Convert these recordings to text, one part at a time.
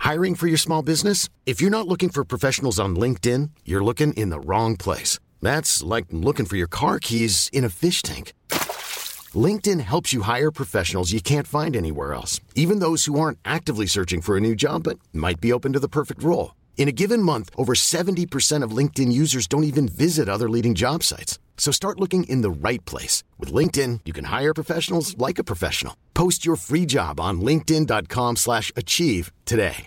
Hiring for your small business? If you're not looking for professionals on LinkedIn, you're looking in the wrong place. That's like looking for your car keys in a fish tank. LinkedIn helps you hire professionals you can't find anywhere else, even those who aren't actively searching for a new job but might be open to the perfect role. In a given month, over 70% of LinkedIn users don't even visit other leading job sites. So start looking in the right place. With LinkedIn, you can hire professionals like a professional. Post your free job on linkedin.com/achieve today.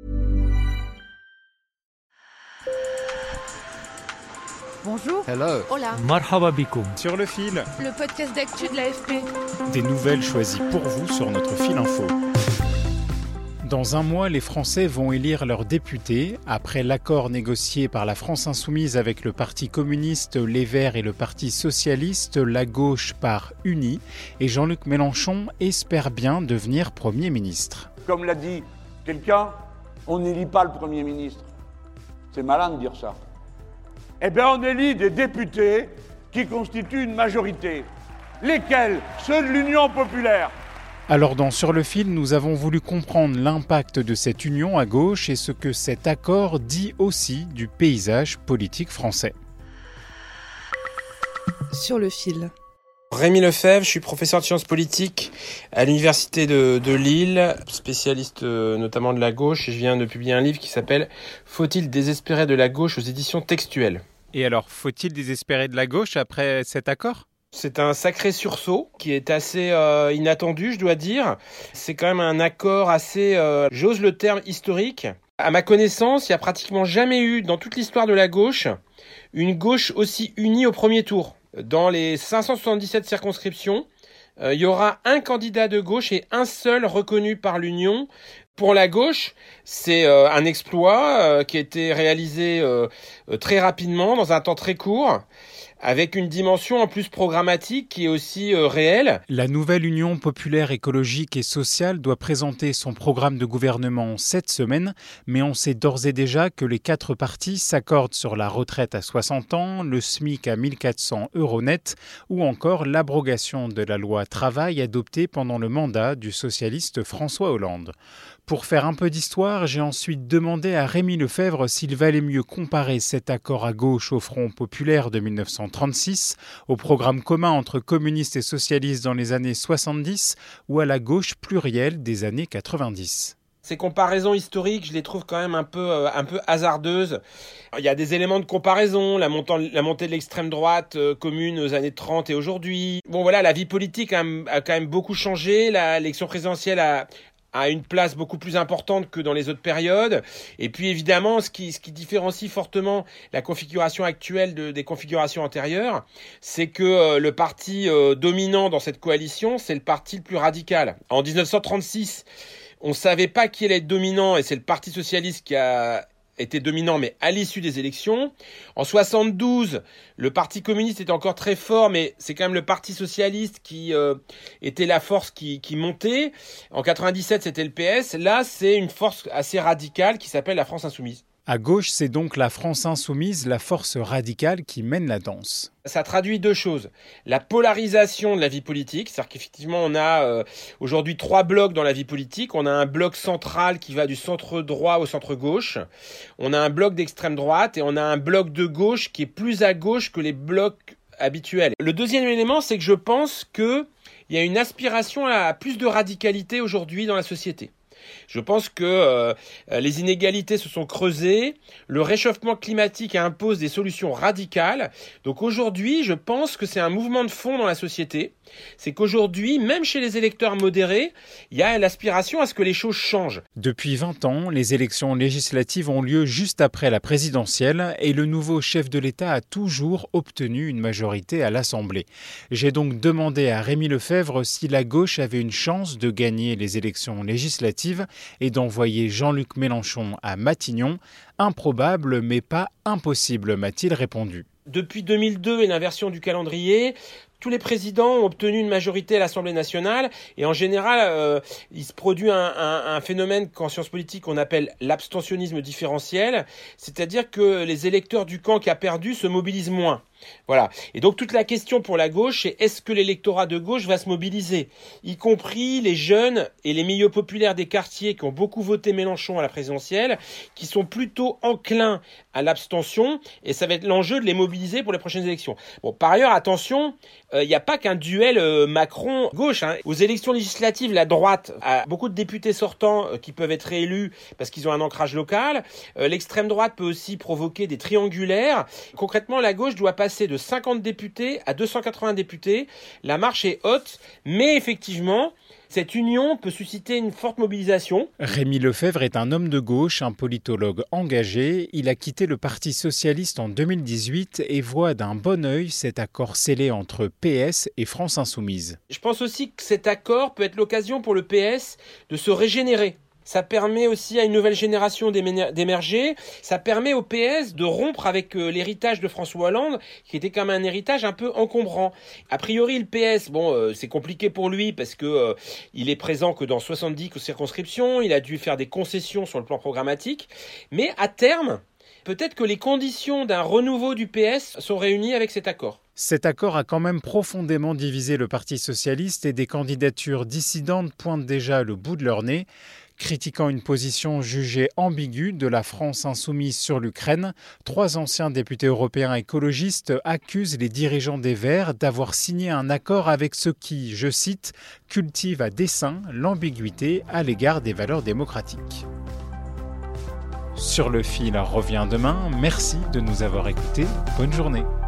Bonjour. Hello. Hola. Marhaba bikoum. Sur le fil. Le podcast d'actu de l'AFP. Des nouvelles choisies pour vous sur notre fil info. Dans un mois, les Français vont élire leurs députés. Après l'accord négocié par la France Insoumise avec le Parti communiste, les Verts et le Parti socialiste, la gauche part unie. Et Jean-Luc Mélenchon espère bien devenir Premier ministre. Comme l'a dit quelqu'un, on n'élit pas le Premier ministre. C'est malin de dire ça. Eh bien, on élit des députés qui constituent une majorité. Lesquels? Ceux de l'Union populaire. Alors dans Sur le fil, nous avons voulu comprendre l'impact de cette union à gauche et ce que cet accord dit aussi du paysage politique français. Sur le fil. Rémi Lefebvre, je suis professeur de sciences politiques à l'université de Lille, spécialiste notamment de la gauche, et je viens de publier un livre qui s'appelle « Faut-il désespérer de la gauche » aux éditions Textuelles. Et alors, faut-il désespérer de la gauche après cet accord ? C'est un sacré sursaut qui est assez inattendu, je dois dire. C'est quand même un accord assez, j'ose le terme, historique. À ma connaissance, il n'y a pratiquement jamais eu, dans toute l'histoire de la gauche, une gauche aussi unie au premier tour. Dans les 577 circonscriptions, il y aura un candidat de gauche et un seul reconnu par l'Union. Pour la gauche, c'est un exploit qui a été réalisé très rapidement, dans un temps très court, avec une dimension en plus programmatique qui est aussi réelle. La nouvelle Union populaire écologique et sociale doit présenter son programme de gouvernement cette semaine, mais on sait d'ores et déjà que les 4 partis s'accordent sur la retraite à 60 ans, le SMIC à 1 400 € net ou encore l'abrogation de la loi travail adoptée pendant le mandat du socialiste François Hollande. Pour faire un peu d'histoire, j'ai ensuite demandé à Rémi Lefebvre s'il valait mieux comparer cet accord à gauche au Front populaire de 1936, au programme commun entre communistes et socialistes dans les années 70 ou à la gauche plurielle des années 90. Ces comparaisons historiques, je les trouve quand même un peu hasardeuses. Il y a des éléments de comparaison, la montée de l'extrême droite commune aux années 30 et aujourd'hui. Bon voilà, la vie politique a quand même beaucoup changé, l'élection présidentielle a une place beaucoup plus importante que dans les autres périodes. Et puis évidemment, ce qui différencie fortement la configuration actuelle des configurations antérieures, c'est que le parti dominant dans cette coalition, c'est le parti le plus radical. En 1936, on ne savait pas qui allait être dominant et c'est le Parti socialiste qui a était dominant, mais à l'issue des élections. En 72, le Parti communiste était encore très fort, mais c'est quand même le Parti socialiste qui était la force qui montait. En 97, c'était le PS. Là, c'est une force assez radicale qui s'appelle la France insoumise. À gauche, c'est donc la France insoumise, la force radicale qui mène la danse. Ça traduit 2 choses. La polarisation de la vie politique, c'est-à-dire qu'effectivement, on a aujourd'hui 3 blocs dans la vie politique. On a un bloc central qui va du centre droit au centre gauche. On a un bloc d'extrême droite et on a un bloc de gauche qui est plus à gauche que les blocs habituels. Le deuxième élément, c'est que je pense qu'il y a une aspiration à plus de radicalité aujourd'hui dans la société. Je pense que les inégalités se sont creusées, le réchauffement climatique impose des solutions radicales. Donc aujourd'hui, je pense que c'est un mouvement de fond dans la société. C'est qu'aujourd'hui, même chez les électeurs modérés, il y a l'aspiration à ce que les choses changent. Depuis 20 ans, les élections législatives ont lieu juste après la présidentielle et le nouveau chef de l'État a toujours obtenu une majorité à l'Assemblée. J'ai donc demandé à Rémi Lefebvre si la gauche avait une chance de gagner les élections législatives et d'envoyer Jean-Luc Mélenchon à Matignon. Improbable mais pas impossible, m'a-t-il répondu. Depuis 2002 et l'inversion du calendrier, tous les présidents ont obtenu une majorité à l'Assemblée nationale et en général, il se produit un phénomène qu'en sciences politiques on appelle l'abstentionnisme différentiel, c'est-à-dire que les électeurs du camp qui a perdu se mobilisent moins. Voilà. Et donc toute la question pour la gauche, c'est est-ce que l'électorat de gauche va se mobiliser, y compris les jeunes et les milieux populaires des quartiers qui ont beaucoup voté Mélenchon à la présidentielle, qui sont plutôt enclins à l'abstention, et ça va être l'enjeu de les mobiliser pour les prochaines élections. Bon, par ailleurs, attention, il n'y a pas qu'un duel Macron-gauche. Aux élections législatives, la droite a beaucoup de députés sortants qui peuvent être réélus parce qu'ils ont un ancrage local. L'extrême droite peut aussi provoquer des triangulaires. Concrètement, la gauche doit passer de 50 députés à 280 députés. La marche est haute, mais effectivement, cette union peut susciter une forte mobilisation. Rémi Lefebvre est un homme de gauche, un politologue engagé. Il a quitté le Parti socialiste en 2018 et voit d'un bon œil cet accord scellé entre PS et France Insoumise. Je pense aussi que cet accord peut être l'occasion pour le PS de se régénérer. Ça permet aussi à une nouvelle génération d'émerger. Ça permet au PS de rompre avec l'héritage de François Hollande, qui était quand même un héritage un peu encombrant. A priori, le PS, c'est compliqué pour lui parce que il est présent que dans 70 circonscriptions. Il a dû faire des concessions sur le plan programmatique. Mais à terme, peut-être que les conditions d'un renouveau du PS sont réunies avec cet accord. Cet accord a quand même profondément divisé le Parti socialiste et des candidatures dissidentes pointent déjà le bout de leur nez. Critiquant une position jugée ambiguë de la France insoumise sur l'Ukraine, 3 anciens députés européens écologistes accusent les dirigeants des Verts d'avoir signé un accord avec ceux qui, je cite, « cultivent à dessein l'ambiguïté à l'égard des valeurs démocratiques ». Sur le fil revient demain. Merci de nous avoir écoutés. Bonne journée.